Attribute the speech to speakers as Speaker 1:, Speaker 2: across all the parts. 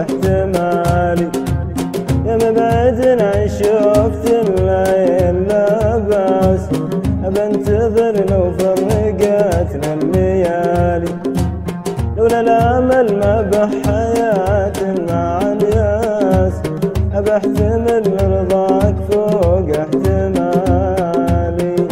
Speaker 1: احتمالي، يا مبعد عن شوفت الليل لا باس، بنتظر لو فرقتنا الليالي، لولا الامل ما بحياة مع الياس، بحتمل رضاك فوق احتمالي.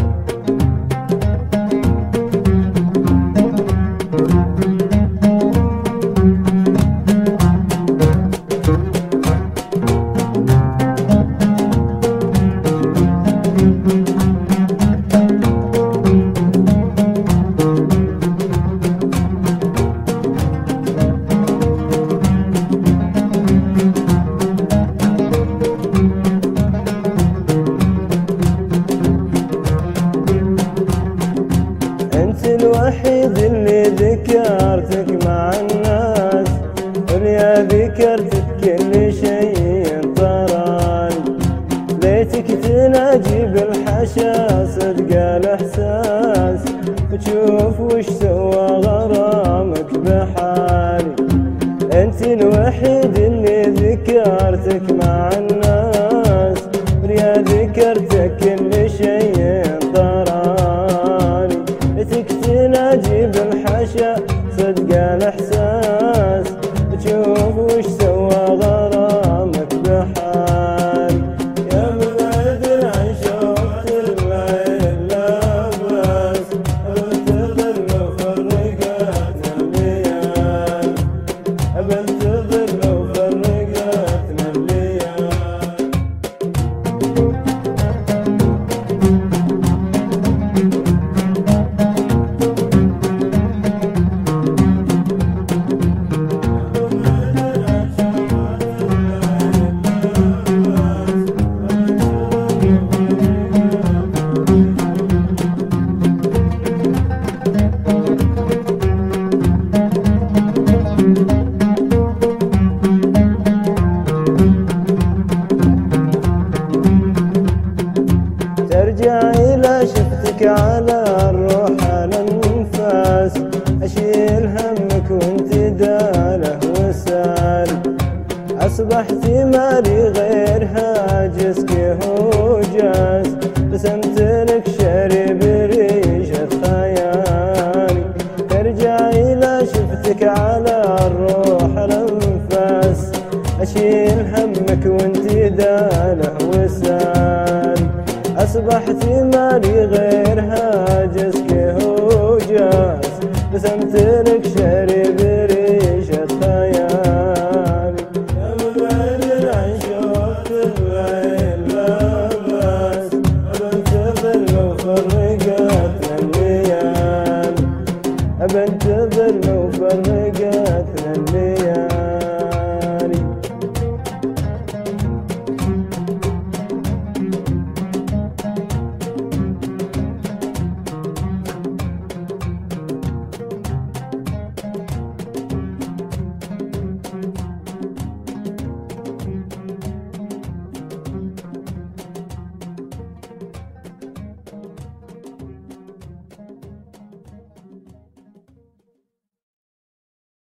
Speaker 1: الوحيد اللي ذكرتك مع الناس، ويا ذكرتك كل شيء طراني، ليتك تناجي بالحشا صدق الاحساس، وتشوف وش سوى غرامك بحالي. انت الوحيد اللي ذكرتك مع الناس، ويا ذكرتك كل شيء طراني، تناجي بالحشا صدق الاحساس، تشوف وش سوى غرامك بحالي، يا مبعد عن شوفت الليل لا باس، بنتظر لو فرقتنا الليالي، بنتظر لو فرقتنا الليالي. ترجعي لا شفتك على الروح على الانفاس، اشيل همك وانت داله وسالي، اصبحت مالي غير هاجسك هو جاز، رسمت لك شعري بريشة خيالي. ترجعي لا شفتك على الروح على الانفاس، اشيل همك وانت داله وسالي، أصبحت مالي غير هاجسك هو جاز، رسمت لك شعري بريشة خيالي، يا مبعد عن شوفت الليل لا باس، بنتظر لو فرقتنا الليالي، بنتظر لو فرقتنا